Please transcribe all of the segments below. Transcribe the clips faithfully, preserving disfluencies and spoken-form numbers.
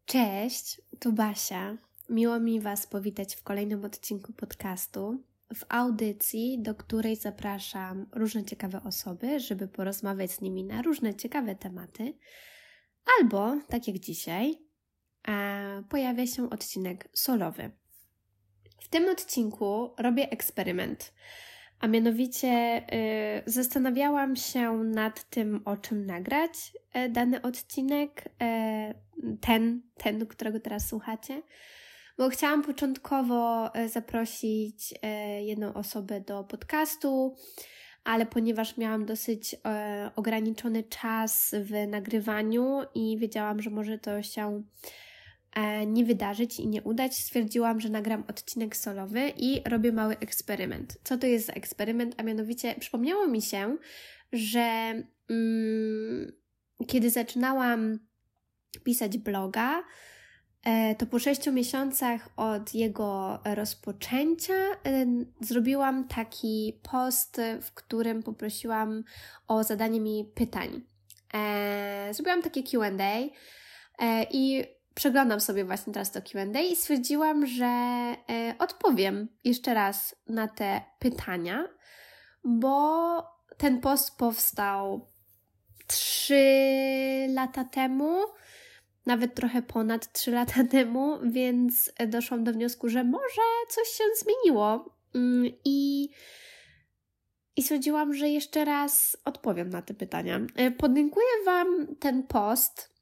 Cześć, tu Basia. Miło mi Was powitać w kolejnym odcinku podcastu, w audycji, do której zapraszam różne ciekawe osoby, żeby porozmawiać z nimi na różne ciekawe tematy. Albo, tak jak dzisiaj, e, pojawia się odcinek solowy. W tym odcinku robię eksperyment, a mianowicie y, zastanawiałam się nad tym, o czym nagrać y, dany odcinek, y, ten, ten, którego teraz słuchacie, bo chciałam początkowo y, zaprosić y, jedną osobę do podcastu, ale ponieważ miałam dosyć y, ograniczony czas w nagrywaniu i wiedziałam, że może to się nie wydarzyć i nie udać, stwierdziłam, że nagram odcinek solowy i robię mały eksperyment. Co to jest za eksperyment? A mianowicie przypomniało mi się, że mm, kiedy zaczynałam pisać bloga, e, to po sześciu miesiącach od jego rozpoczęcia e, zrobiłam taki post, w którym poprosiłam o zadanie mi pytań. E, zrobiłam takie Q and A e, i przeglądam sobie właśnie teraz to Q and A i stwierdziłam, że e, odpowiem jeszcze raz na te pytania, bo ten post powstał trzy lata temu, nawet trochę ponad trzy lata temu, więc doszłam do wniosku, że może coś się zmieniło i, i stwierdziłam, że jeszcze raz odpowiem na te pytania. Podlinkuję Wam ten post.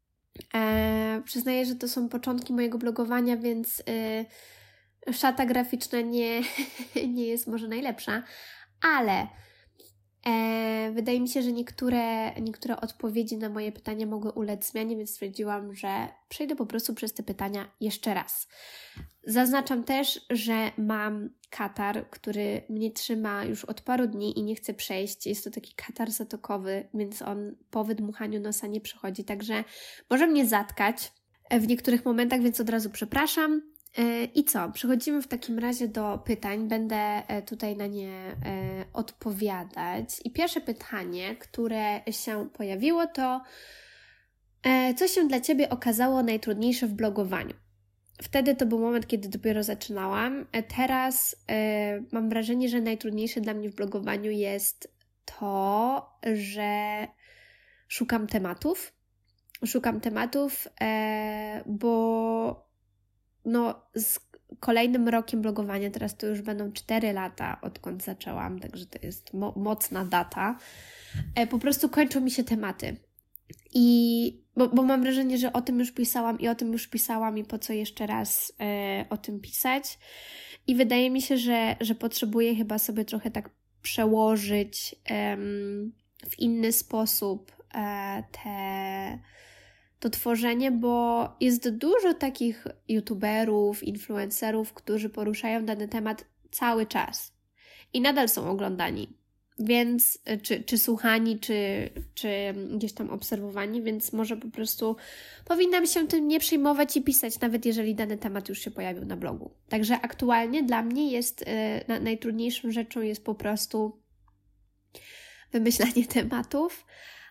E, przyznaję, że to są początki mojego blogowania, więc y, szata graficzna nie, nie jest może najlepsza, ale e, wydaje mi się, że niektóre, niektóre odpowiedzi na moje pytania mogły ulec zmianie, więc stwierdziłam, że przejdę po prostu przez te pytania jeszcze raz. Zaznaczam też, że mam katar, który mnie trzyma już od paru dni i nie chce przejść. Jest to taki katar zatokowy, więc on po wydmuchaniu nosa nie przechodzi, także może mnie zatkać w niektórych momentach, więc od razu przepraszam. I co? Przechodzimy w takim razie do pytań. Będę tutaj na nie odpowiadać. I pierwsze pytanie, które się pojawiło, to co się dla Ciebie okazało najtrudniejsze w blogowaniu? Wtedy to był moment, kiedy dopiero zaczynałam. Teraz y, mam wrażenie, że najtrudniejsze dla mnie w blogowaniu jest to, że szukam tematów. Szukam tematów, y, bo no, z kolejnym rokiem blogowania, teraz to już będą cztery lata, odkąd zaczęłam, także to jest mo- mocna data. Y, po prostu kończą mi się tematy. I bo, bo mam wrażenie, że o tym już pisałam i o tym już pisałam i po co jeszcze raz e, o tym pisać. I wydaje mi się, że, że potrzebuję chyba sobie trochę tak przełożyć em, w inny sposób e, te, to tworzenie, bo jest dużo takich youtuberów, influencerów, którzy poruszają dany temat cały czas i nadal są oglądani. Więc, czy, czy słuchani, czy, czy gdzieś tam obserwowani, więc może po prostu powinnam się tym nie przejmować i pisać, nawet jeżeli dany temat już się pojawił na blogu. Także aktualnie dla mnie jest, y, najtrudniejszą rzeczą jest po prostu wymyślanie tematów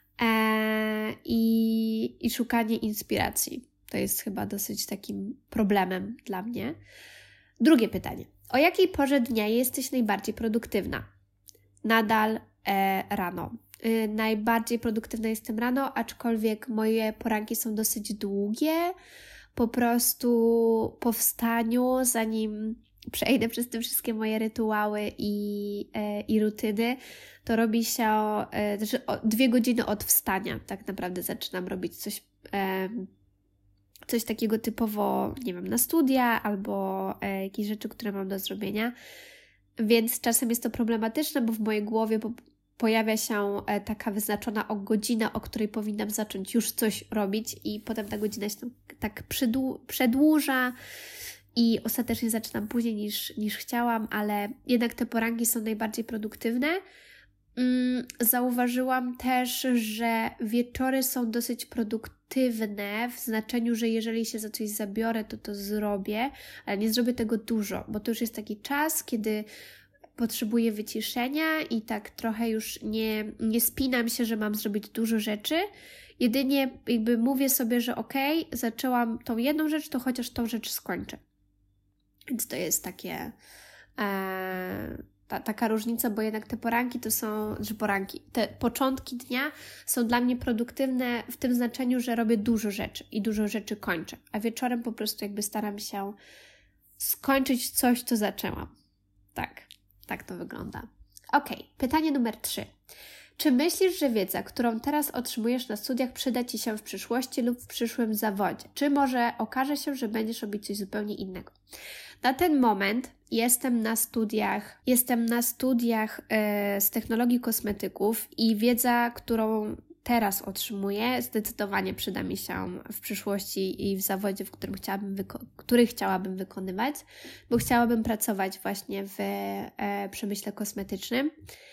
e, i, i szukanie inspiracji. To jest chyba dosyć takim problemem dla mnie. Drugie pytanie. O jakiej porze dnia jesteś najbardziej produktywna? Nadal e, rano. Y, najbardziej produktywna jestem rano, aczkolwiek moje poranki są dosyć długie. Po prostu po wstaniu, zanim przejdę przez te wszystkie moje rytuały i, e, i rutyny, to robi się e, znaczy o, dwie godziny od wstania. Tak naprawdę zaczynam robić coś, e, coś takiego typowo, nie wiem, na studia albo e, jakieś rzeczy, które mam do zrobienia. Więc czasem jest to problematyczne, bo w mojej głowie po- pojawia się taka wyznaczona o godzinę, o której powinnam zacząć już coś robić i potem ta godzina się tak przydłu- przedłuża i ostatecznie zaczynam później niż, niż chciałam, ale jednak te poranki są najbardziej produktywne. Mm, zauważyłam też, że wieczory są dosyć produktywne w znaczeniu, że jeżeli się za coś zabiorę, to to zrobię, ale nie zrobię tego dużo, bo to już jest taki czas, kiedy potrzebuję wyciszenia i tak trochę już nie, nie spinam się, że mam zrobić dużo rzeczy Jedynie jakby mówię sobie, że okej, okay, zaczęłam tą jedną rzecz, to chociaż tą rzecz skończę. Więc to jest takie... E, ta, taka różnica, bo jednak te poranki to są, że poranki, te początki dnia są dla mnie produktywne w tym znaczeniu, że robię dużo rzeczy i dużo rzeczy kończę, a wieczorem po prostu jakby staram się skończyć coś, co zaczęłam. Tak, tak to wygląda. Ok, pytanie numer trzy. Czy myślisz, że wiedza, którą teraz otrzymujesz na studiach, przyda Ci się w przyszłości lub w przyszłym zawodzie? Czy może okaże się, że będziesz robić coś zupełnie innego? Na ten moment jestem na studiach, jestem na studiach yy, z technologii kosmetyków i wiedza, którą teraz otrzymuję, zdecydowanie przyda mi się w przyszłości i w zawodzie, w którym chciałabym wyko- który chciałabym wykonywać, bo chciałabym pracować właśnie w e, przemyśle kosmetycznym.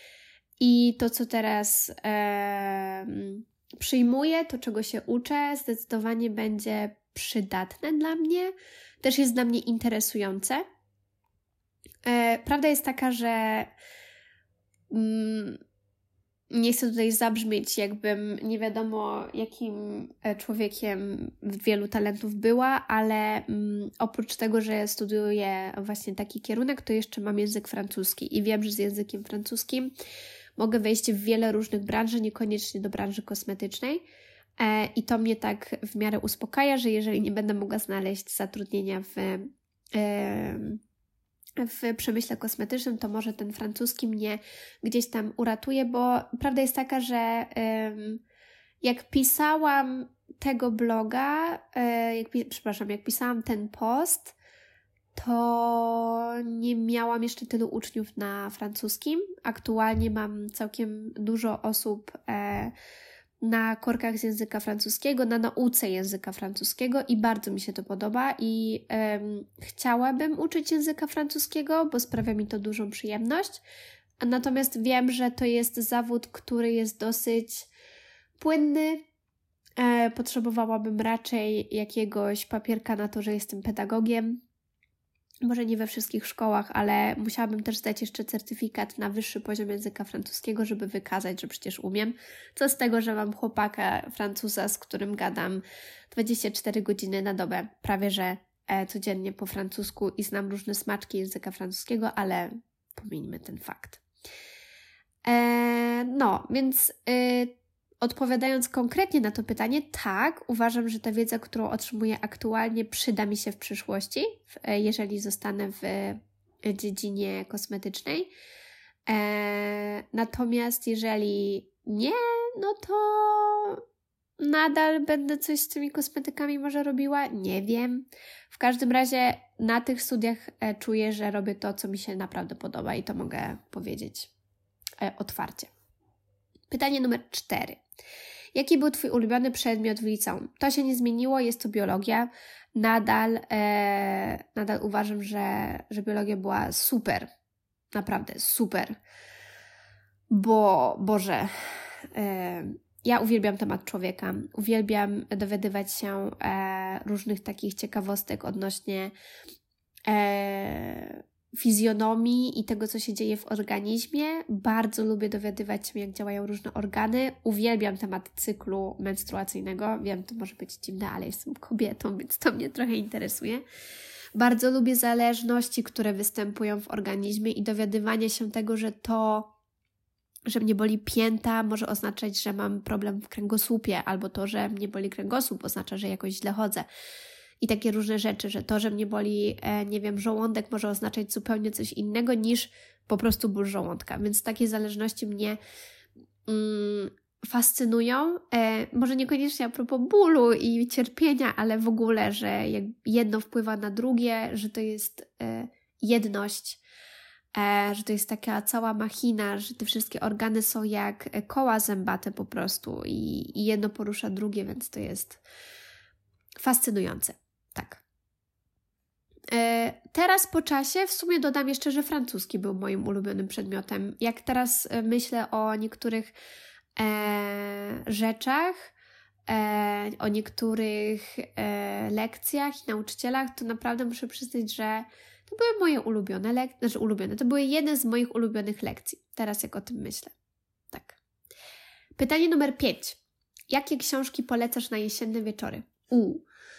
I to, co teraz e, przyjmuję, to czego się uczę, zdecydowanie będzie przydatne dla mnie, też jest dla mnie interesujące. E, prawda jest taka, że mm, nie chcę tutaj zabrzmieć, jakbym nie wiadomo jakim człowiekiem wielu talentów była, ale mm, oprócz tego, że studiuję właśnie taki kierunek, to jeszcze mam język francuski i wiem, że z językiem francuskim mogę wejść w wiele różnych branż, niekoniecznie do branży kosmetycznej. E, I to mnie tak w miarę uspokaja, że jeżeli nie będę mogła znaleźć zatrudnienia w, e, w przemyśle kosmetycznym, to może ten francuski mnie gdzieś tam uratuje, bo prawda jest taka, że e, jak pisałam tego bloga, e, jak, przepraszam, jak pisałam ten post, to nie miałam jeszcze tylu uczniów na francuskim. Aktualnie mam całkiem dużo osób e, na korkach z języka francuskiego, na nauce języka francuskiego i bardzo mi się to podoba i e, chciałabym uczyć języka francuskiego, bo sprawia mi to dużą przyjemność. Natomiast wiem, że to jest zawód, który jest dosyć płynny. E, potrzebowałabym raczej jakiegoś papierka na to, że jestem pedagogiem. Może nie we wszystkich szkołach, ale musiałabym też zdać jeszcze certyfikat na wyższy poziom języka francuskiego, żeby wykazać, że przecież umiem. Co z tego, że mam chłopaka Francuza, z którym gadam dwadzieścia cztery godziny na dobę, prawie że e, codziennie po francusku i znam różne smaczki języka francuskiego, ale pomińmy ten fakt. E, no, więc... Y, Odpowiadając konkretnie na to pytanie, tak, uważam, że ta wiedza, którą otrzymuję aktualnie, przyda mi się w przyszłości, jeżeli zostanę w dziedzinie kosmetycznej. E, natomiast jeżeli nie, no to nadal będę coś z tymi kosmetykami może robiła? Nie wiem. W każdym razie na tych studiach czuję, że robię to, co mi się naprawdę podoba i to mogę powiedzieć otwarcie. Pytanie numer cztery. Jaki był Twój ulubiony przedmiot w liceum? To się nie zmieniło, jest to biologia. Nadal, e, nadal uważam, że, że biologia była super. Naprawdę super. Bo, Boże, e, ja uwielbiam temat człowieka. Uwielbiam dowiadywać się e, różnych takich ciekawostek odnośnie e, fizjonomii i tego, co się dzieje w organizmie. Bardzo lubię dowiadywać się, jak działają różne organy. Uwielbiam temat cyklu menstruacyjnego. Wiem, to może być dziwne, ale jestem kobietą, więc to mnie trochę interesuje. Bardzo lubię zależności, które występują w organizmie i dowiadywanie się tego, że to, że mnie boli pięta, może oznaczać, że mam problem w kręgosłupie, albo to, że mnie boli kręgosłup, oznacza, że jakoś źle chodzę. I takie różne rzeczy, że to, że mnie boli, e, nie wiem, żołądek może oznaczać zupełnie coś innego niż po prostu ból żołądka. Więc takie zależności mnie mm, fascynują. E, może niekoniecznie a propos bólu i cierpienia, ale w ogóle, że jak jedno wpływa na drugie, że to jest e, jedność, e, że to jest taka cała machina, że te wszystkie organy są jak koła zębate po prostu i, i jedno porusza drugie, więc to jest fascynujące. Tak. E, teraz po czasie w sumie dodam jeszcze, że francuski był moim ulubionym przedmiotem. Jak teraz myślę o niektórych e, rzeczach, e, o niektórych e, lekcjach i nauczycielach, to naprawdę muszę przyznać, że to były moje ulubione lekcje, znaczy ulubione, to były jedne z moich ulubionych lekcji. Teraz jak o tym myślę. Tak. Pytanie numer pięć. Jakie książki polecasz na jesienne wieczory? U.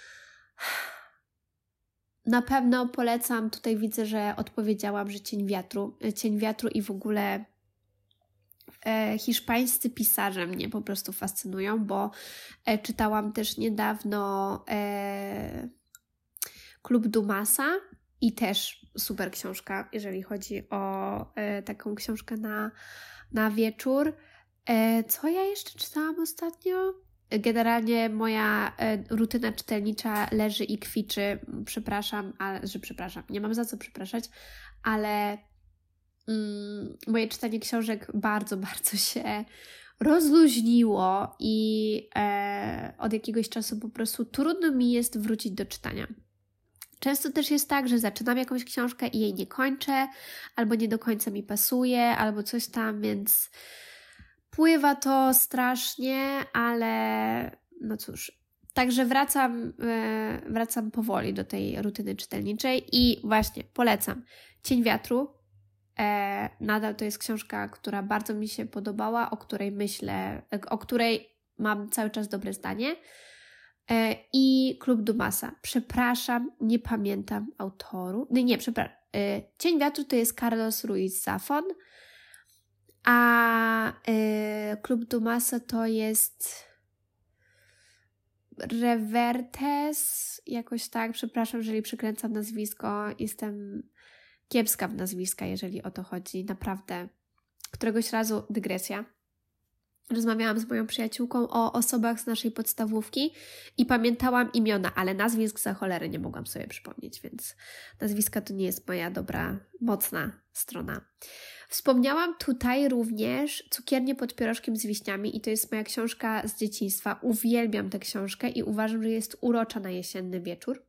Na pewno polecam, tutaj widzę, że odpowiedziałam, że Cień wiatru. Cień wiatru i w ogóle e, hiszpańscy pisarze mnie po prostu fascynują, bo e, czytałam też niedawno e, Klub Dumasa i też super książka, jeżeli chodzi o e, taką książkę na, na wieczór. E, co ja jeszcze czytałam ostatnio? Generalnie moja e, rutyna czytelnicza leży i kwiczy. Przepraszam, ale, że przepraszam, nie mam za co przepraszać, ale mm, moje czytanie książek bardzo, bardzo się rozluźniło i e, od jakiegoś czasu po prostu trudno mi jest wrócić do czytania. Często też jest tak, że zaczynam jakąś książkę i jej nie kończę, albo nie do końca mi pasuje, albo coś tam, więc pływa to strasznie, ale no cóż. Także wracam, e, wracam powoli do tej rutyny czytelniczej i właśnie polecam Cień wiatru. E, nadal to jest książka, która bardzo mi się podobała, o której myślę, o której mam cały czas dobre zdanie. E, I Klub Dumasa. Przepraszam, nie pamiętam autoru. Nie, nie, przepraszam. E, Cień wiatru to jest Carlos Ruiz Zafón, a e, Klub Dumasa to jest Revertes, jakoś tak. Przepraszam, jeżeli przekręcam nazwisko. Jestem kiepska w nazwiska, jeżeli o to chodzi. Naprawdę. Któregoś razu, dygresja, rozmawiałam z moją przyjaciółką o osobach z naszej podstawówki i pamiętałam imiona, ale nazwisk za cholerę nie mogłam sobie przypomnieć, więc nazwiska to nie jest moja dobra, mocna strona. Wspomniałam tutaj również Cukiernię pod pierożkiem z wiśniami i to jest moja książka z dzieciństwa. Uwielbiam tę książkę i uważam, że jest urocza na jesienny wieczór.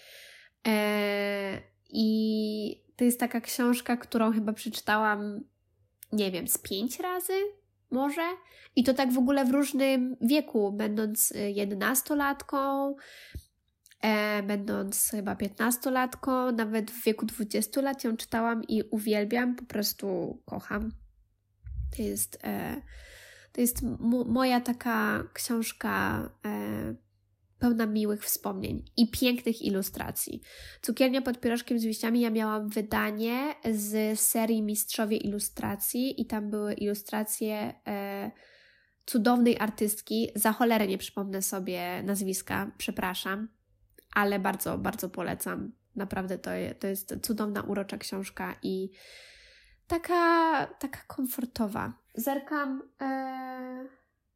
Eee, I to jest taka książka, którą chyba przeczytałam, nie wiem, z pięć razy może. I to tak w ogóle w różnym wieku, będąc jedenastolatką, e, będąc chyba piętnastolatką, nawet w wieku dwudziestu lat ją czytałam i uwielbiam, po prostu kocham. To jest, e, to jest m- moja taka książka e, pełna miłych wspomnień i pięknych ilustracji. Cukiernia pod pierożkiem z wiśniami, ja miałam wydanie z serii Mistrzowie Ilustracji i tam były ilustracje e, cudownej artystki. Za cholerę nie przypomnę sobie nazwiska, przepraszam, ale bardzo, bardzo polecam. Naprawdę to, je, to jest cudowna, urocza książka i taka, taka komfortowa. Zerkam... E...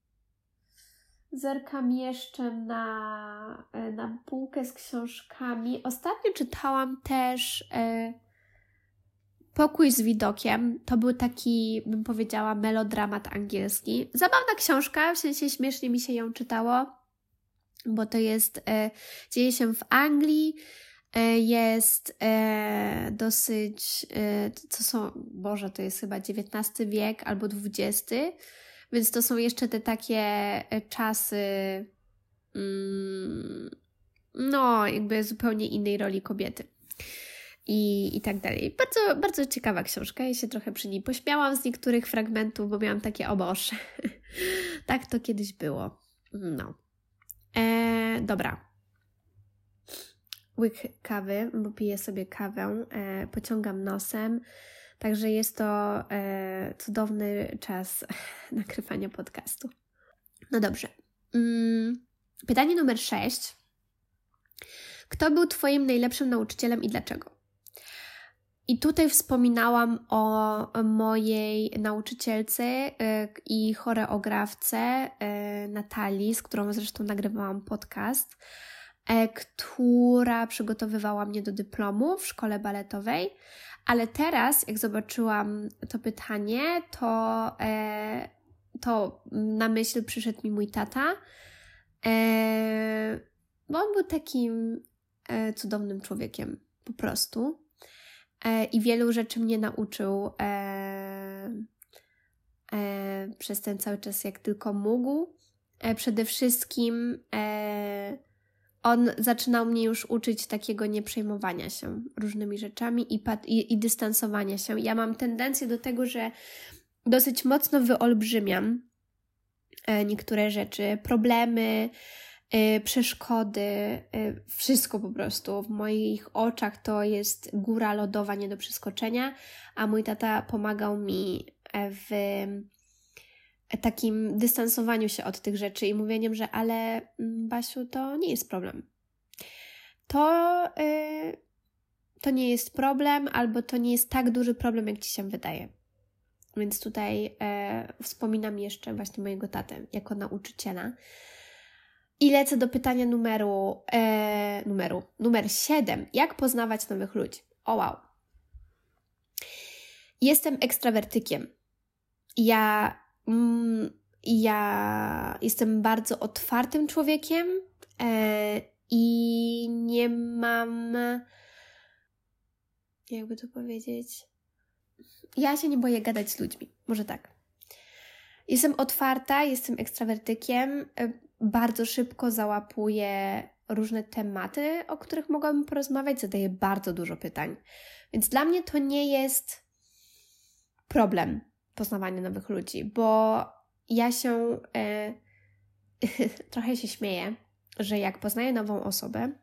Zerkam jeszcze na, na półkę z książkami. Ostatnio czytałam też e, Pokój z widokiem. To był taki, bym powiedziała, melodramat angielski. Zabawna książka, w sensie śmiesznie mi się ją czytało, bo to jest, e, dzieje się w Anglii, e, jest e, dosyć, e, co są, Boże, to jest chyba dziewiętnasty wiek albo dwudziesty. Więc to są jeszcze te takie czasy, mm, no jakby zupełnie innej roli kobiety i, i tak dalej. Bardzo, bardzo ciekawa książka, ja się trochę przy niej pośmiałam z niektórych fragmentów, bo miałam takie o Boże. Tak to kiedyś było. No. E, dobra. Łyk kawy, bo piję sobie kawę, e, pociągam nosem. Także jest to e, cudowny czas nagrywania podcastu. No dobrze. Mm, pytanie numer sześć. Kto był Twoim najlepszym nauczycielem i dlaczego? I tutaj wspominałam o mojej nauczycielce e, i choreografce e, Natalii, z którą zresztą nagrywałam podcast, e, która przygotowywała mnie do dyplomu w szkole baletowej. Ale teraz, jak zobaczyłam to pytanie, to, e, to na myśl przyszedł mi mój tata, e, bo on był takim e, cudownym człowiekiem, po prostu. E, I wielu rzeczy mnie nauczył e, e, przez ten cały czas, jak tylko mógł. E, przede wszystkim e, on zaczynał mnie już uczyć takiego nieprzejmowania się różnymi rzeczami i, pat- i, i dystansowania się. Ja mam tendencję do tego, że dosyć mocno wyolbrzymiam niektóre rzeczy, problemy, przeszkody, wszystko po prostu. W moich oczach to jest góra lodowa nie do przeskoczenia, a mój tata pomagał mi w takim dystansowaniu się od tych rzeczy i mówieniem, że ale Basiu, to nie jest problem. To, yy, to nie jest problem, albo to nie jest tak duży problem, jak Ci się wydaje. Więc tutaj yy, wspominam jeszcze właśnie mojego tatę jako nauczyciela. I lecę do pytania numeru, yy, numeru numer siedem. Jak poznawać nowych ludzi? O wow. Jestem ekstrawertykiem. Ja, mm, ja jestem bardzo otwartym człowiekiem yy, i nie mam, jakby to powiedzieć, ja się nie boję gadać z ludźmi, może tak. Jestem otwarta, jestem ekstrawertykiem, bardzo szybko załapuję różne tematy, o których mogłabym porozmawiać, zadaję bardzo dużo pytań. Więc dla mnie to nie jest problem poznawania nowych ludzi, bo ja się e, trochę się śmieję, że jak poznaję nową osobę,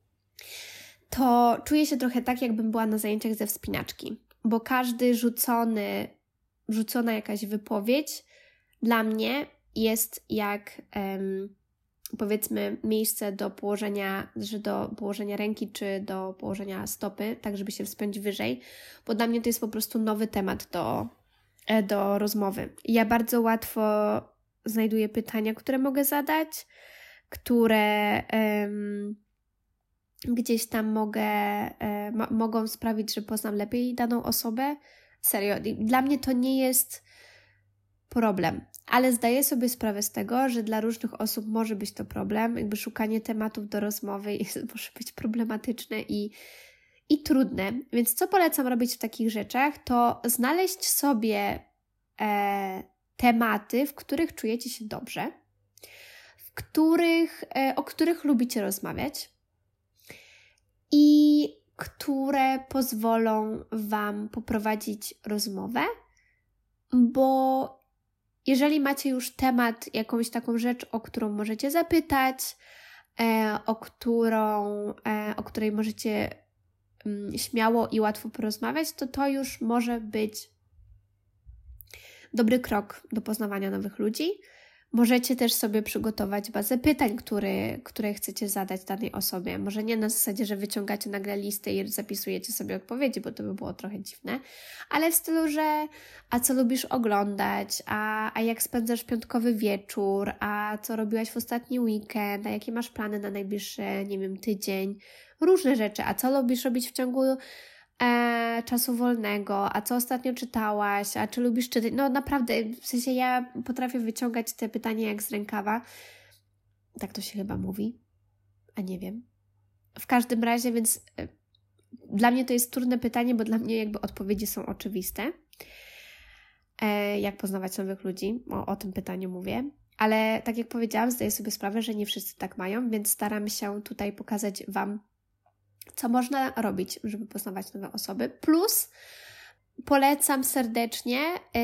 to czuję się trochę tak, jakbym była na zajęciach ze wspinaczki, bo każdy rzucony, rzucona jakaś wypowiedź dla mnie jest jak em, powiedzmy miejsce do położenia, że do położenia ręki czy do położenia stopy, tak żeby się wspiąć wyżej, bo dla mnie to jest po prostu nowy temat do, do rozmowy. Ja bardzo łatwo znajduję pytania, które mogę zadać, które um, gdzieś tam mogę, e, mo- mogą sprawić, że poznam lepiej daną osobę. Serio, dla mnie to nie jest problem, ale zdaję sobie sprawę z tego, że dla różnych osób może być to problem, jakby szukanie tematów do rozmowy może być problematyczne i, i trudne. Więc co polecam robić w takich rzeczach, to znaleźć sobie e, tematy, w których czujecie się dobrze, w których, e, o których lubicie rozmawiać i które pozwolą Wam poprowadzić rozmowę, bo jeżeli macie już temat, jakąś taką rzecz, o którą możecie zapytać, e, o, którą, e, o której możecie mm, śmiało i łatwo porozmawiać, to to już może być dobry krok do poznawania nowych ludzi. Możecie też sobie przygotować bazę pytań, które, które chcecie zadać danej osobie. Może nie na zasadzie, że wyciągacie nagle listę i zapisujecie sobie odpowiedzi, bo to by było trochę dziwne, ale w stylu, że a co lubisz oglądać, a, a jak spędzasz piątkowy wieczór, a co robiłaś w ostatni weekend, a jakie masz plany na najbliższy, nie wiem, tydzień, różne rzeczy, a co lubisz robić w ciągu E, czasu wolnego, a co ostatnio czytałaś, a czy lubisz czytać, no naprawdę, w sensie ja potrafię wyciągać te pytania jak z rękawa, tak to się chyba mówi, a nie wiem. W każdym razie, więc e, dla mnie to jest trudne pytanie, bo dla mnie jakby odpowiedzi są oczywiste, e, jak poznawać nowych ludzi, o, o tym pytaniu mówię, ale tak jak powiedziałam, zdaję sobie sprawę, że nie wszyscy tak mają, więc staram się tutaj pokazać Wam, co można robić, żeby poznawać nowe osoby. Plus polecam serdecznie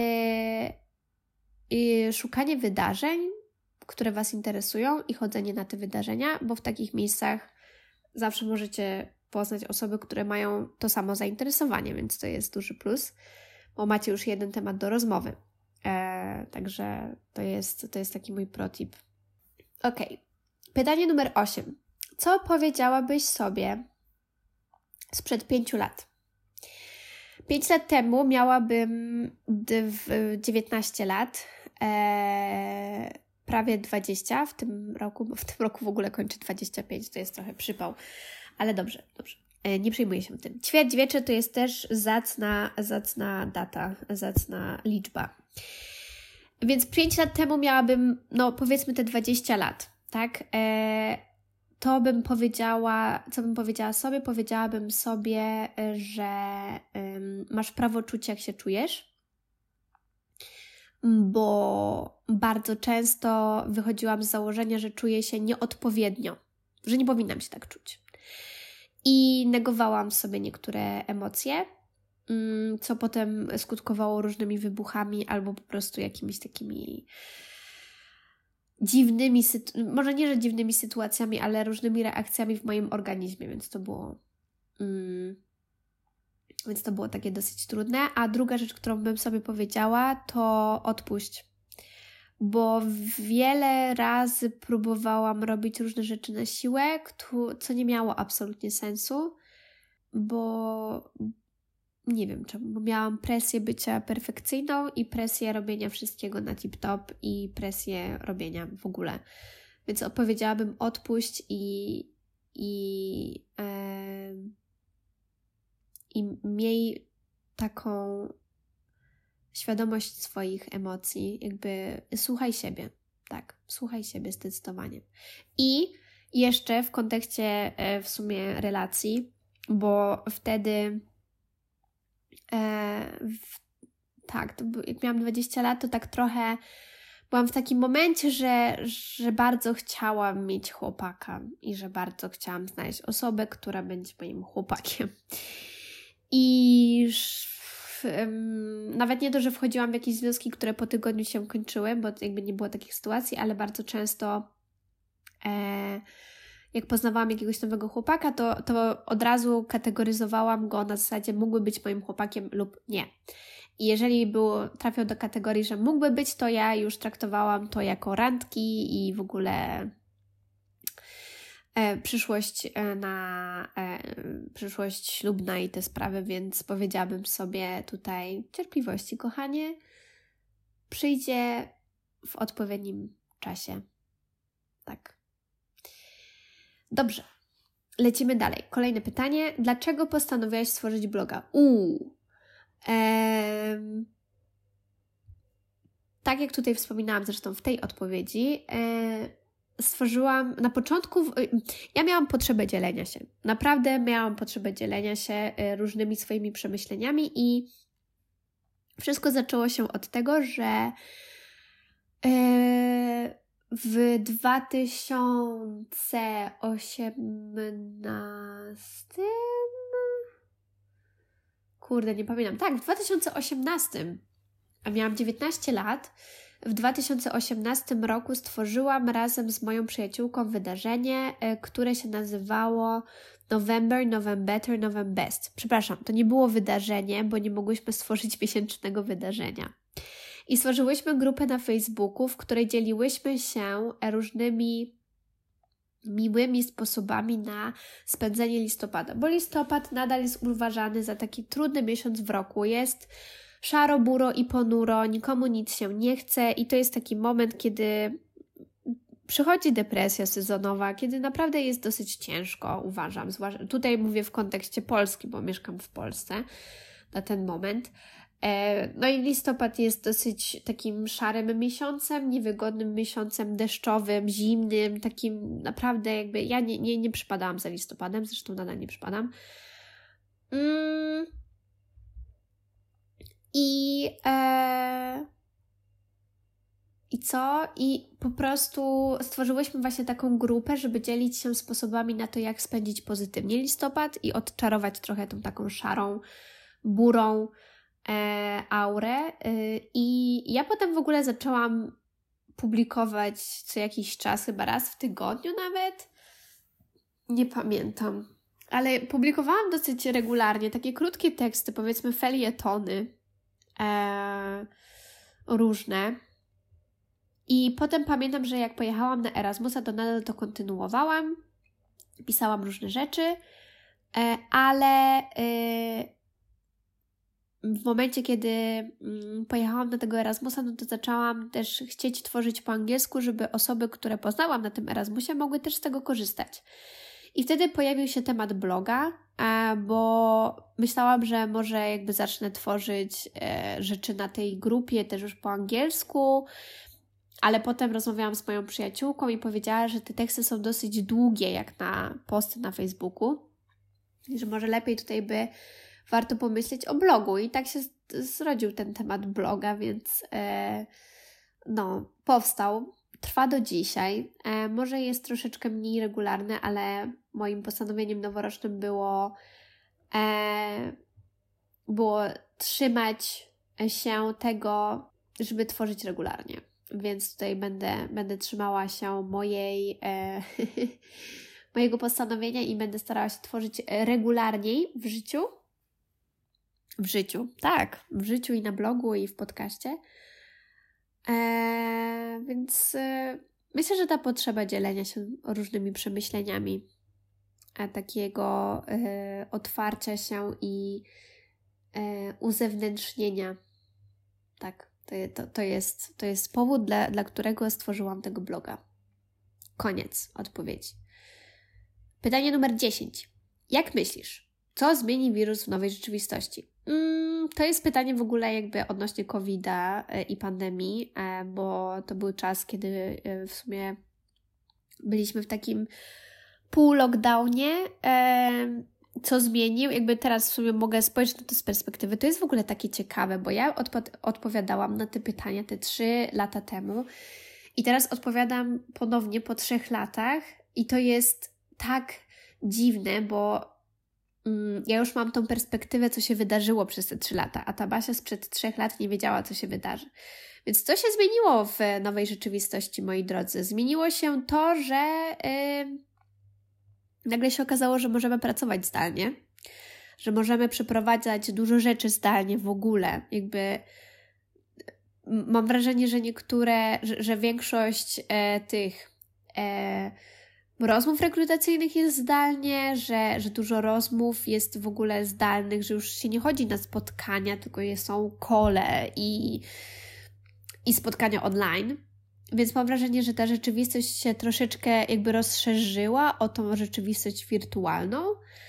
yy, yy, szukanie wydarzeń, które Was interesują i chodzenie na te wydarzenia, bo w takich miejscach zawsze możecie poznać osoby, które mają to samo zainteresowanie, więc to jest duży plus, bo macie już jeden temat do rozmowy. E, także to jest, to jest taki mój protip. Ok. Pytanie numer osiem. Co powiedziałabyś sobie sprzed pięciu lat? Pięć lat temu miałabym dziewiętnaście lat, e, prawie dwadzieścia w tym roku, bo w tym roku w ogóle kończę dwadzieścia pięć, to jest trochę przypał, ale dobrze, dobrze. E, nie przejmuję się tym. Ćwierćwiecze to jest też zacna, zacna data, zacna liczba. Więc pięć lat temu miałabym, no powiedzmy te dwadzieścia lat, tak? E, to bym powiedziała, co bym powiedziała sobie? Powiedziałabym sobie, że um, masz prawo czuć, jak się czujesz, bo bardzo często wychodziłam z założenia, że czuję się nieodpowiednio, że nie powinnam się tak czuć. I negowałam sobie niektóre emocje, co potem skutkowało różnymi wybuchami albo po prostu jakimiś takimi dziwnymi, sytu- może nie, że dziwnymi sytuacjami, ale różnymi reakcjami w moim organizmie, więc to było mm, więc to było takie dosyć trudne. A druga rzecz, którą bym sobie powiedziała, to odpuść. Bo wiele razy próbowałam robić różne rzeczy na siłę, co nie miało absolutnie sensu, bo nie wiem czemu, bo miałam presję bycia perfekcyjną i presję robienia wszystkiego na tip-top i presję robienia w ogóle. Więc odpowiedziałabym odpuść i i, e, i miej taką świadomość swoich emocji, jakby słuchaj siebie, tak, słuchaj siebie zdecydowanie. I jeszcze w kontekście e, w sumie relacji, bo wtedy e, w, tak, to, jak miałam dwadzieścia lat, to tak trochę byłam w takim momencie, że, że bardzo chciałam mieć chłopaka i że bardzo chciałam znaleźć osobę, która będzie moim chłopakiem. I um, nawet nie to, że wchodziłam w jakieś związki, które po tygodniu się kończyły, bo jakby nie było takich sytuacji, ale bardzo często e, jak poznawałam jakiegoś nowego chłopaka, to, to od razu kategoryzowałam go na zasadzie mógłby być moim chłopakiem lub nie. I jeżeli był, trafiał do kategorii, że mógłby być, to ja już traktowałam to jako randki i w ogóle e, przyszłość e, na e, przyszłość ślubna i te sprawy, więc powiedziałabym sobie tutaj cierpliwości, kochanie, przyjdzie w odpowiednim czasie. Tak. Dobrze. Lecimy dalej. Kolejne pytanie. Dlaczego postanowiłaś stworzyć bloga? Uuu. Ehm, tak jak tutaj wspominałam zresztą w tej odpowiedzi, e, stworzyłam na początku, w, ja miałam potrzebę dzielenia się. Naprawdę miałam potrzebę dzielenia się e, różnymi swoimi przemyśleniami i wszystko zaczęło się od tego, że e, w dwa tysiące osiemnastym Kurde, nie pamiętam. Tak, w dwa tysiące osiemnastym, a miałam dziewiętnaście lat, w dwa tysiące osiemnastym roku stworzyłam razem z moją przyjaciółką wydarzenie, które się nazywało November, Novembetter, Novembest. Przepraszam, to nie było wydarzenie, bo nie mogłyśmy stworzyć miesięcznego wydarzenia. I stworzyłyśmy grupę na Facebooku, w której dzieliłyśmy się różnymi miłymi sposobami na spędzenie listopada, bo listopad nadal jest uważany za taki trudny miesiąc w roku. Jest szaro, buro i ponuro, nikomu nic się nie chce i to jest taki moment, kiedy przychodzi depresja sezonowa, kiedy naprawdę jest dosyć ciężko, uważam. Zwłaszcza tutaj mówię w kontekście Polski, bo mieszkam w Polsce na ten moment. No i listopad jest dosyć takim szarym miesiącem, niewygodnym miesiącem, deszczowym, zimnym, takim naprawdę jakby, ja nie, nie, nie przypadałam za listopadem, zresztą nadal nie przypadam. Mm. I e... i co? I po prostu stworzyłyśmy właśnie taką grupę, żeby dzielić się sposobami na to, jak spędzić pozytywnie listopad i odczarować trochę tą taką szarą, burą E, aurę e, i ja potem w ogóle zaczęłam publikować co jakiś czas, chyba raz w tygodniu nawet, nie pamiętam, ale publikowałam dosyć regularnie takie krótkie teksty, powiedzmy felietony e, różne i potem pamiętam, że jak pojechałam na Erasmusa, to nadal to kontynuowałam, pisałam różne rzeczy, e, ale e, w momencie, kiedy mm, pojechałam na tego Erasmusa, no to zaczęłam też chcieć tworzyć po angielsku, żeby osoby, które poznałam na tym Erasmusie, mogły też z tego korzystać. I wtedy pojawił się temat bloga, bo myślałam, że może jakby zacznę tworzyć e, rzeczy na tej grupie też już po angielsku, ale potem rozmawiałam z moją przyjaciółką i powiedziała, że te teksty są dosyć długie, jak na posty na Facebooku, i że może lepiej tutaj by warto pomyśleć o blogu i tak się zrodził ten temat bloga, więc e, no, powstał, trwa do dzisiaj. E, może jest troszeczkę mniej regularny, ale moim postanowieniem noworocznym było e, było trzymać się tego, żeby tworzyć regularnie. więc tutaj będę, będę trzymała się mojej, e, mojego postanowienia i będę starała się tworzyć regularniej w życiu. W życiu, tak, w życiu i na blogu i w podcaście. E, więc e, myślę, że ta potrzeba dzielenia się różnymi przemyśleniami, a takiego e, otwarcia się i e, uzewnętrznienia, tak, to, to, to, jest, to jest powód, dla, dla którego stworzyłam tego bloga. Koniec odpowiedzi. Pytanie numer dziesięć. Jak myślisz, co zmieni wirus w nowej rzeczywistości? Mm, to jest pytanie w ogóle jakby odnośnie kowida i pandemii, bo to był czas, kiedy w sumie byliśmy w takim pół-lockdownie, co zmienił. Jakby teraz w sumie mogę spojrzeć na to z perspektywy. To jest w ogóle takie ciekawe, bo ja odpo- odpowiadałam na te pytania te trzy lata temu i teraz odpowiadam ponownie po trzech latach i to jest tak dziwne, bo mm, ja już mam tą perspektywę, co się wydarzyło przez te trzy lata, a ta Basia sprzed trzech lat nie wiedziała, co się wydarzy. Więc co się zmieniło w nowej rzeczywistości, moi drodzy? Zmieniło się to, że yy, nagle się okazało, że możemy pracować zdalnie, że możemy przeprowadzać dużo rzeczy zdalnie w ogóle. Jakby mam wrażenie, że niektóre, że, że większość e, tych e, rozmów rekrutacyjnych jest zdalnie, że, że dużo rozmów jest w ogóle zdalnych, że już się nie chodzi na spotkania, tylko je są call i, i spotkania online. Więc mam wrażenie, że ta rzeczywistość się troszeczkę jakby rozszerzyła o tą rzeczywistość wirtualną.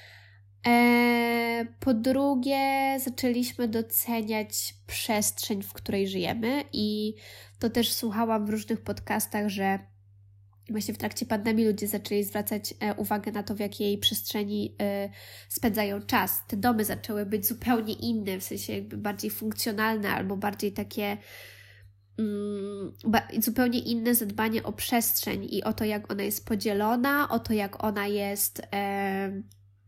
E, po drugie, zaczęliśmy doceniać przestrzeń, w której żyjemy i to też słuchałam w różnych podcastach, że właśnie w trakcie pandemii ludzie zaczęli zwracać uwagę na to, w jakiej przestrzeni y, spędzają czas. Te domy zaczęły być zupełnie inne, w sensie jakby bardziej funkcjonalne albo bardziej takie mm, ba- zupełnie inne zadbanie o przestrzeń i o to, jak ona jest podzielona, o to, jak ona jest e,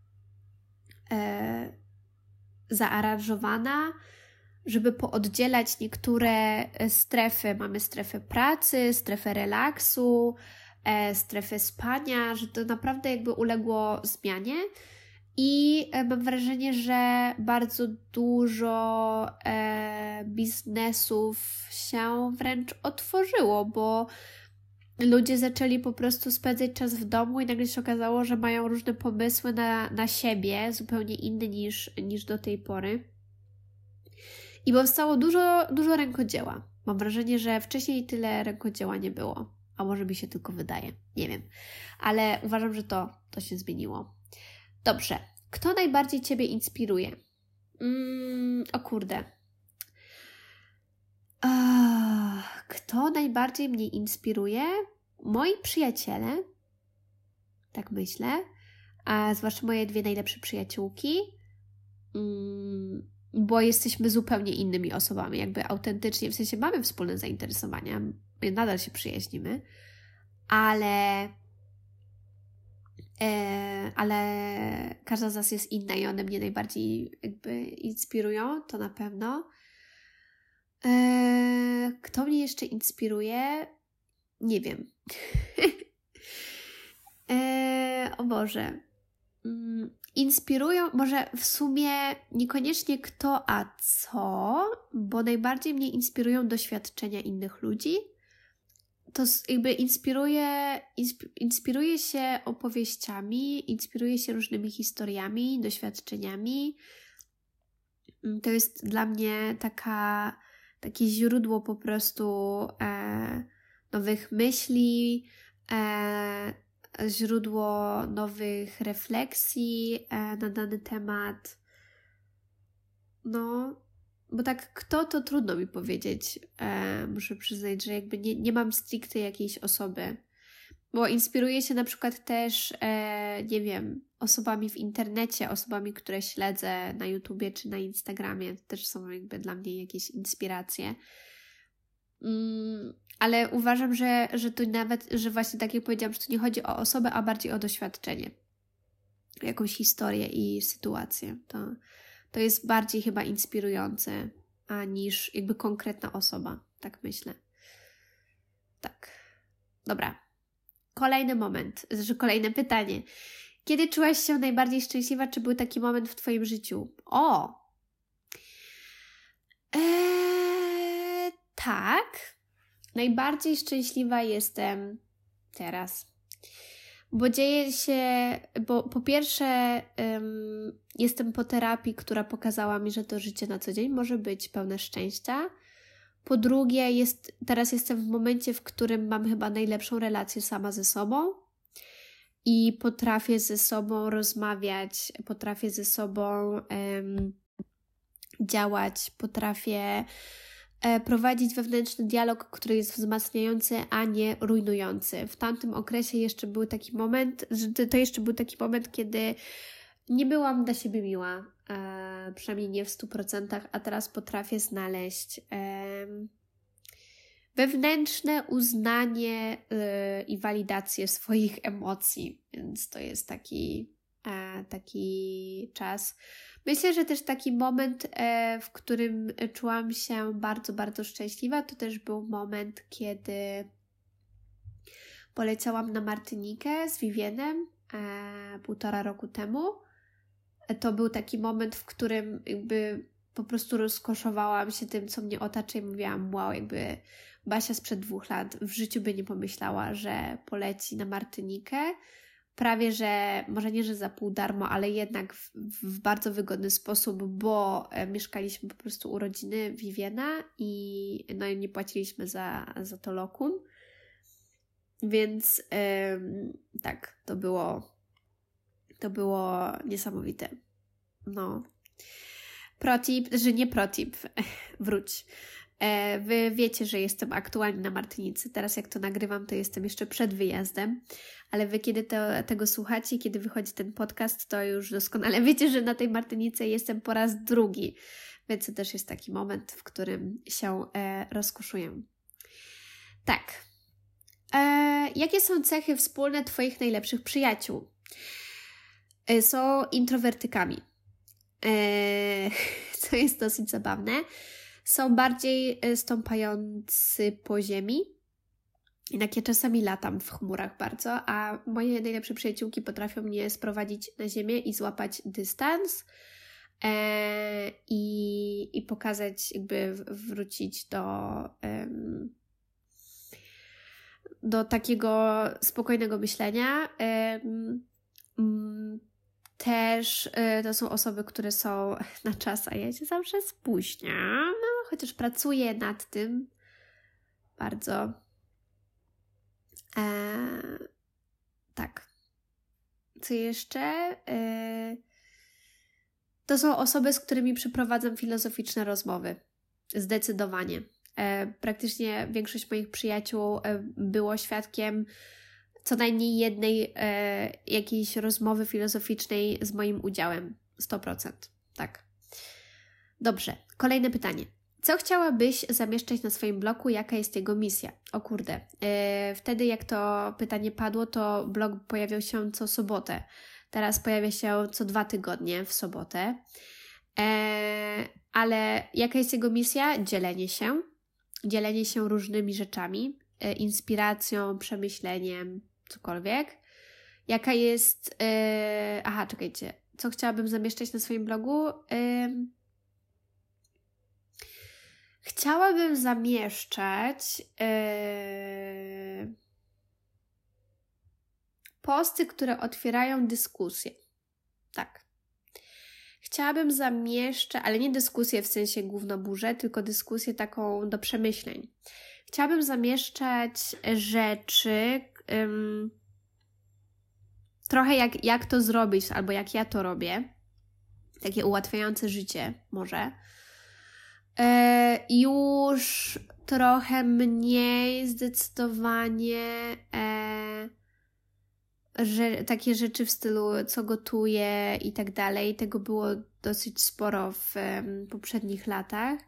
e, zaaranżowana, żeby pooddzielać niektóre strefy. Mamy strefę pracy, strefę relaksu, e, strefę spania, że to naprawdę jakby uległo zmianie i e, mam wrażenie, że bardzo dużo e, biznesów się wręcz otworzyło, bo ludzie zaczęli po prostu spędzać czas w domu i nagle się okazało, że mają różne pomysły na, na siebie, zupełnie inne niż, niż do tej pory. I powstało dużo, dużo rękodzieła. Mam wrażenie, że wcześniej tyle rękodzieła nie było. A może mi się tylko wydaje. Nie wiem. Ale uważam, że to, to się zmieniło. Dobrze. Kto najbardziej Ciebie inspiruje? Mm, o kurde. Ach, kto najbardziej mnie inspiruje? Moi przyjaciele. Tak myślę. A zwłaszcza moje dwie najlepsze przyjaciółki. Mm, bo jesteśmy zupełnie innymi osobami, jakby autentycznie, w sensie mamy wspólne zainteresowania, my nadal się przyjaźnimy, ale e, ale każda z nas jest inna i one mnie najbardziej jakby inspirują, to na pewno. E, kto mnie jeszcze inspiruje? Nie wiem. e, o Boże. Mm, Inspirują, może w sumie niekoniecznie kto, a co, bo najbardziej mnie inspirują doświadczenia innych ludzi. To jakby inspiruje, insp- inspiruje się opowieściami, inspiruje się różnymi historiami, doświadczeniami. To jest dla mnie taka, takie źródło po prostu e, nowych myśli, e, źródło nowych refleksji e, na dany temat. No, bo tak kto, to trudno mi powiedzieć. E, muszę przyznać, że jakby nie, nie mam stricte jakiejś osoby. Bo inspiruję się na przykład też, e, nie wiem, osobami w internecie, osobami, które śledzę na YouTubie czy na Instagramie. To też są jakby dla mnie jakieś inspiracje. Mm, ale uważam, że, że to nawet, że właśnie tak jak powiedziałam, że to nie chodzi o osobę, a bardziej o doświadczenie. Jakąś historię i sytuację. To, to jest bardziej chyba inspirujące, a niż jakby konkretna osoba. Tak myślę. Tak. Dobra. Kolejny moment, znaczy kolejne pytanie. Kiedy czułaś się najbardziej szczęśliwa? Czy był taki moment w Twoim życiu? O! Eee, tak. Najbardziej szczęśliwa jestem teraz. Bo dzieje się, bo po pierwsze um, jestem po terapii, która pokazała mi, że to życie na co dzień może być pełne szczęścia. Po drugie, jest, teraz jestem w momencie, w którym mam chyba najlepszą relację sama ze sobą i potrafię ze sobą rozmawiać, potrafię ze sobą um, działać, potrafię e, prowadzić wewnętrzny dialog, który jest wzmacniający, a nie rujnujący. W tamtym okresie jeszcze był taki moment, że to jeszcze był taki moment, kiedy nie byłam dla siebie miła, e, przynajmniej nie w stu procentach, a teraz potrafię znaleźć e, wewnętrzne uznanie e, i walidację swoich emocji, więc to jest taki, e, taki czas. Myślę, że też taki moment, e, w którym czułam się bardzo, bardzo szczęśliwa, to też był moment, kiedy poleciałam na Martynikę z Vivienem e, półtora roku temu. To był taki moment, w którym jakby po prostu rozkoszowałam się tym, co mnie otacza i mówiłam, wow, jakby Basia sprzed dwóch lat w życiu by nie pomyślała, że poleci na Martynikę. Prawie, że może nie, że za pół darmo, ale jednak w, w bardzo wygodny sposób, bo e, mieszkaliśmy po prostu u rodziny Viviena i no i nie płaciliśmy za, za to lokum. Więc e, tak, to było to było niesamowite. No. Protip, że nie protip, wróć. E, wy wiecie, że jestem aktualnie na Martynicy. Teraz jak to nagrywam, to jestem jeszcze przed wyjazdem, ale wy kiedy to, tego słuchacie, kiedy wychodzi ten podcast, to już doskonale wiecie, że na tej Martynicy jestem po raz drugi, więc to też jest taki moment, w którym się e, rozkoszuję. Tak. E, jakie są cechy wspólne Twoich najlepszych przyjaciół? E, są introwertykami, e, co jest dosyć zabawne. Są bardziej stąpający po ziemi. Jednak ja czasami latam w chmurach bardzo, a moje najlepsze przyjaciółki potrafią mnie sprowadzić na ziemię i złapać dystans e, i, i pokazać, jakby wrócić do, e, do takiego spokojnego myślenia. E, m, Też y, to są osoby, które są na czas, a ja się zawsze spóźniam, no, chociaż pracuję nad tym bardzo. E, tak. Co jeszcze? E, to są osoby, z którymi przeprowadzam filozoficzne rozmowy. Zdecydowanie. E, praktycznie większość moich przyjaciół e, było świadkiem co najmniej jednej e, jakiejś rozmowy filozoficznej z moim udziałem. sto procent. Tak. Dobrze. Kolejne pytanie. Co chciałabyś zamieszczać na swoim blogu? Jaka jest jego misja? O kurde. E, wtedy jak to pytanie padło, to blog pojawiał się co sobotę. Teraz pojawia się co dwa tygodnie w sobotę. E, ale jaka jest jego misja? Dzielenie się. Dzielenie się różnymi rzeczami. E, inspiracją, przemyśleniem, cokolwiek. Jaka jest... Yy... Aha, czekajcie. Co chciałabym zamieszczać na swoim blogu? Yy... Chciałabym zamieszczać yy... posty, które otwierają dyskusję. Tak. Chciałabym zamieszczać, ale nie dyskusję w sensie gównoburzę, tylko dyskusję taką do przemyśleń. Chciałabym zamieszczać rzeczy, um, trochę jak, jak to zrobić, albo jak ja to robię, takie ułatwiające życie może. E, już trochę mniej zdecydowanie e, że, takie rzeczy w stylu co gotuję i tak dalej. Tego było dosyć sporo w um, poprzednich latach.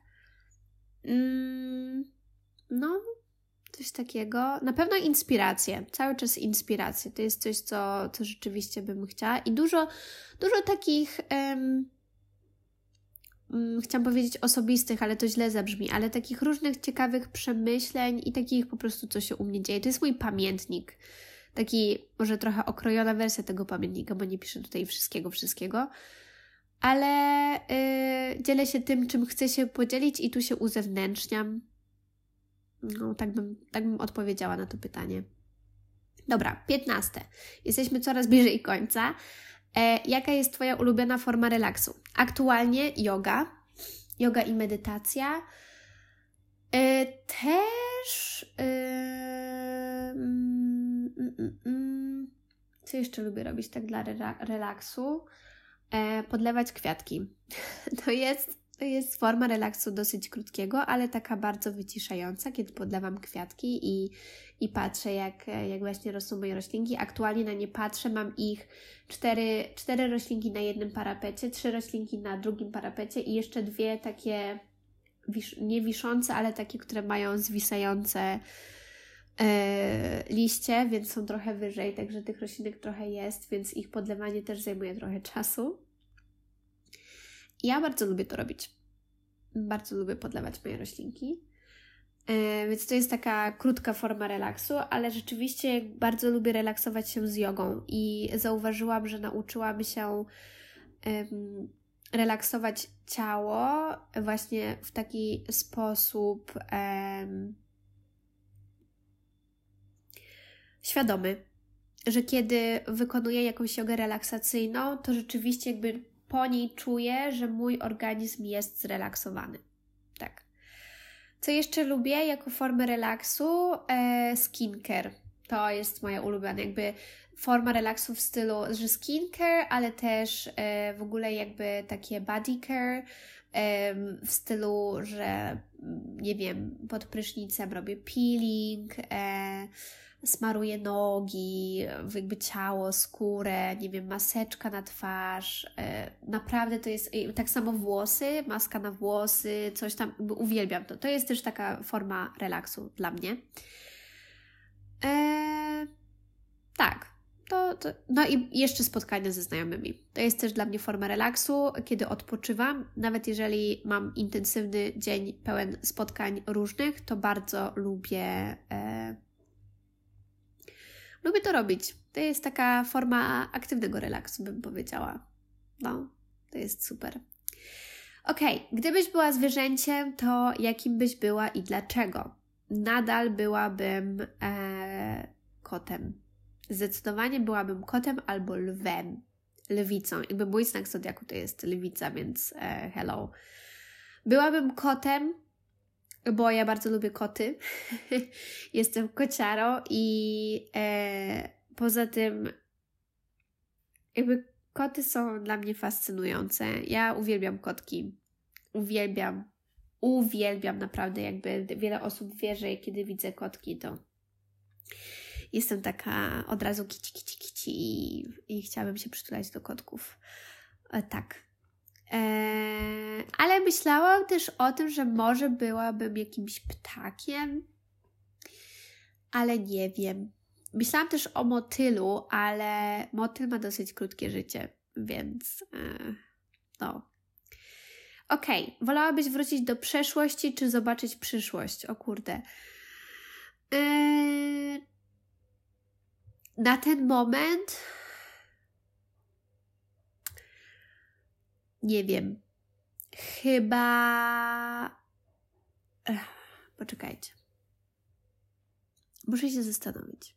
Mm. No, coś takiego. Na pewno inspiracje. Cały czas inspiracje. To jest coś, co, co rzeczywiście bym chciała. I dużo, dużo takich um, mm, chciałam powiedzieć osobistych, ale to źle zabrzmi, ale takich różnych ciekawych przemyśleń i takich po prostu, co się u mnie dzieje. To jest mój pamiętnik. Taki może trochę okrojona wersja tego pamiętnika, bo nie piszę tutaj wszystkiego, wszystkiego. Ale yy, dzielę się tym, czym chcę się podzielić i tu się uzewnętrzniam. No, tak bym, tak bym odpowiedziała na to pytanie. Dobra, piętnaste. Jesteśmy coraz bliżej końca. E, jaka jest Twoja ulubiona forma relaksu? Aktualnie yoga. Yoga i medytacja. E, też... E, mm, mm, mm, co jeszcze lubię robić tak dla re- relaksu? E, podlewać kwiatki. To jest... To jest forma relaksu dosyć krótkiego, ale taka bardzo wyciszająca, kiedy podlewam kwiatki i, i patrzę, jak, jak właśnie rosną moje roślinki. Aktualnie na nie patrzę, mam ich cztery, cztery roślinki na jednym parapecie, trzy roślinki na drugim parapecie i jeszcze dwie takie wisz, nie wiszące, ale takie, które mają zwisające e, liście, więc są trochę wyżej, także tych roślinek trochę jest, więc ich podlewanie też zajmuje trochę czasu. Ja bardzo lubię to robić. Bardzo lubię podlewać moje roślinki. Yy, więc to jest taka krótka forma relaksu, ale rzeczywiście bardzo lubię relaksować się z jogą i zauważyłam, że nauczyłam się yy, relaksować ciało właśnie w taki sposób yy, świadomy, że kiedy wykonuję jakąś jogę relaksacyjną, to rzeczywiście jakby po niej czuję, że mój organizm jest zrelaksowany. Tak. Co jeszcze lubię jako formę relaksu? E, skincare. To jest moja ulubiona jakby forma relaksu w stylu, że skincare, ale też e, w ogóle jakby takie body care e, w stylu, że nie wiem, pod prysznicem robię peeling, e, smaruję nogi, jakby ciało, skórę, nie wiem, maseczka na twarz. Naprawdę to jest, tak samo włosy, maska na włosy, coś tam, uwielbiam to. To jest też taka forma relaksu dla mnie. Eee, tak. To, to, no i jeszcze spotkania ze znajomymi. To jest też dla mnie forma relaksu, kiedy odpoczywam. Nawet jeżeli mam intensywny dzień pełen spotkań różnych, to bardzo lubię e, Lubię to robić. To jest taka forma aktywnego relaksu, bym powiedziała. No, to jest super. Okej, okay. Gdybyś była zwierzęciem, to jakim byś była i dlaczego? Nadal byłabym e, kotem. Zdecydowanie byłabym kotem albo lwem. Lwicą. Jakby mój znak zodiaku to jest lwica, więc e, hello. Byłabym kotem, bo ja bardzo lubię koty. Jestem kociarą i e, poza tym jakby koty są dla mnie fascynujące. Ja uwielbiam kotki. Uwielbiam. Uwielbiam naprawdę. Jakby wiele osób wie, że kiedy widzę kotki, to jestem taka od razu kici, kici, kici i, i chciałabym się przytulać do kotków. E, tak. Eee, ale myślałam też o tym, że może byłabym jakimś ptakiem, ale nie wiem. Myślałam też o motylu, ale motyl ma dosyć krótkie życie, więc eee, no. Okej, okay. Wolałabyś wrócić do przeszłości, czy zobaczyć przyszłość? O kurde. Eee, na ten moment nie wiem. Chyba... Ech, poczekajcie. Muszę się zastanowić.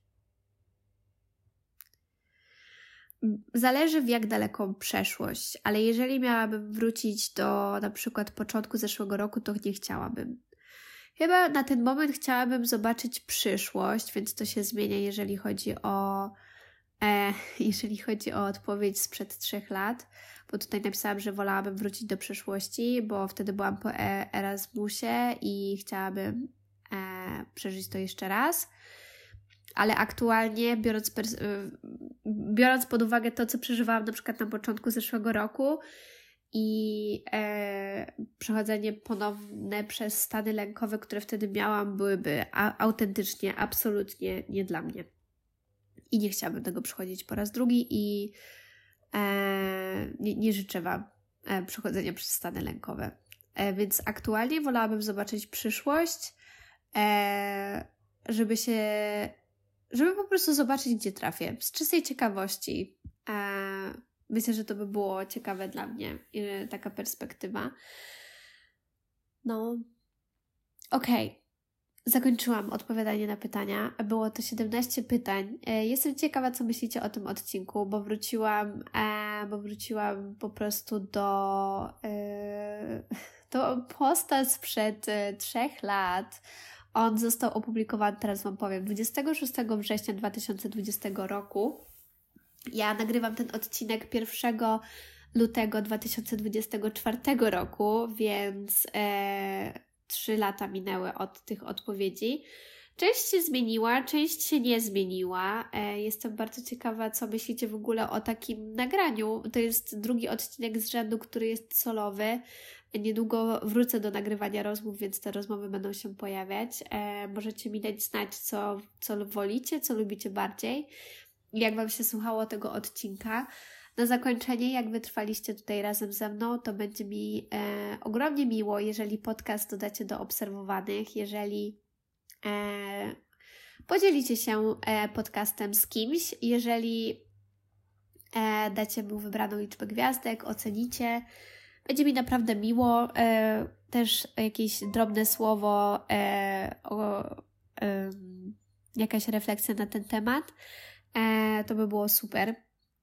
Zależy w jak daleką przeszłość, ale jeżeli miałabym wrócić do na przykład początku zeszłego roku, to nie chciałabym. Chyba na ten moment chciałabym zobaczyć przyszłość, więc to się zmienia, jeżeli chodzi o e, jeżeli chodzi o odpowiedź sprzed trzech lat, bo tutaj napisałam, że wolałabym wrócić do przeszłości, bo wtedy byłam po Erasmusie i chciałabym e, przeżyć to jeszcze raz. Ale aktualnie, biorąc, pers- biorąc pod uwagę to, co przeżywałam na przykład na początku zeszłego roku i e, przechodzenie ponowne przez stany lękowe, które wtedy miałam, byłyby a- autentycznie, absolutnie nie dla mnie. I nie chciałabym tego przechodzić po raz drugi i e, nie, nie życzę Wam e, przechodzenia przez stany lękowe. E, więc aktualnie wolałabym zobaczyć przyszłość, e, żeby się, żeby po prostu zobaczyć, gdzie trafię. Z czystej ciekawości. E, myślę, że to by było ciekawe dla mnie, e, taka perspektywa. No, okej. Okay. Zakończyłam odpowiadanie na pytania. Było to siedemnaście pytań. Jestem ciekawa, co myślicie o tym odcinku, bo wróciłam, e, bo wróciłam po prostu do, e, do posta sprzed e, trzech lat. On został opublikowany, teraz Wam powiem, dwudziestego szóstego września dwa tysiące dwudziestego roku. Ja nagrywam ten odcinek pierwszego lutego dwa tysiące dwudziestego czwartego roku, więc e, trzy lata minęły od tych odpowiedzi. Część się zmieniła, część się nie zmieniła. E, jestem bardzo ciekawa, co myślicie w ogóle o takim nagraniu. To jest drugi odcinek z rzędu, który jest solowy. Niedługo wrócę do nagrywania rozmów, więc te rozmowy będą się pojawiać. E, możecie mi dać znać, co, co wolicie, co lubicie bardziej. Jak Wam się słuchało tego odcinka. Na zakończenie, jak wytrwaliście tutaj razem ze mną, to będzie mi e, ogromnie miło, jeżeli podcast dodacie do obserwowanych, jeżeli e, podzielicie się e, podcastem z kimś, jeżeli e, dacie mu wybraną liczbę gwiazdek, ocenicie. Będzie mi naprawdę miło. E, też jakieś drobne słowo, e, o, e, jakaś refleksja na ten temat. E, to by było super.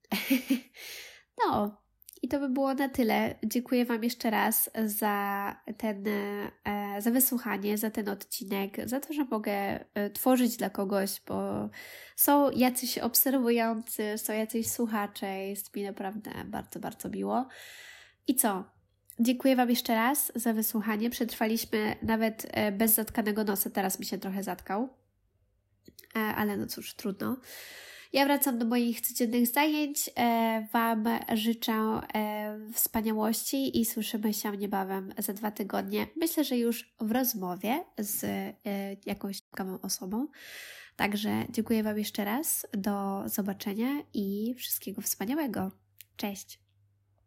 No, i to by było na tyle. Dziękuję Wam jeszcze raz za ten, e, za wysłuchanie, za ten odcinek, za to, że mogę e, tworzyć dla kogoś, bo są jacyś obserwujący, są jacyś słuchacze, jest mi naprawdę bardzo, bardzo miło. I co? Dziękuję Wam jeszcze raz za wysłuchanie. Przetrwaliśmy nawet e, bez zatkanego nosa, teraz mi się trochę zatkał, e, ale no cóż, trudno. Ja wracam do moich codziennych zajęć. E, Wam życzę e, wspaniałości i słyszymy się niebawem za dwa tygodnie. Myślę, że już w rozmowie z e, jakąś ciekawą osobą. Także dziękuję Wam jeszcze raz. Do zobaczenia i wszystkiego wspaniałego. Cześć!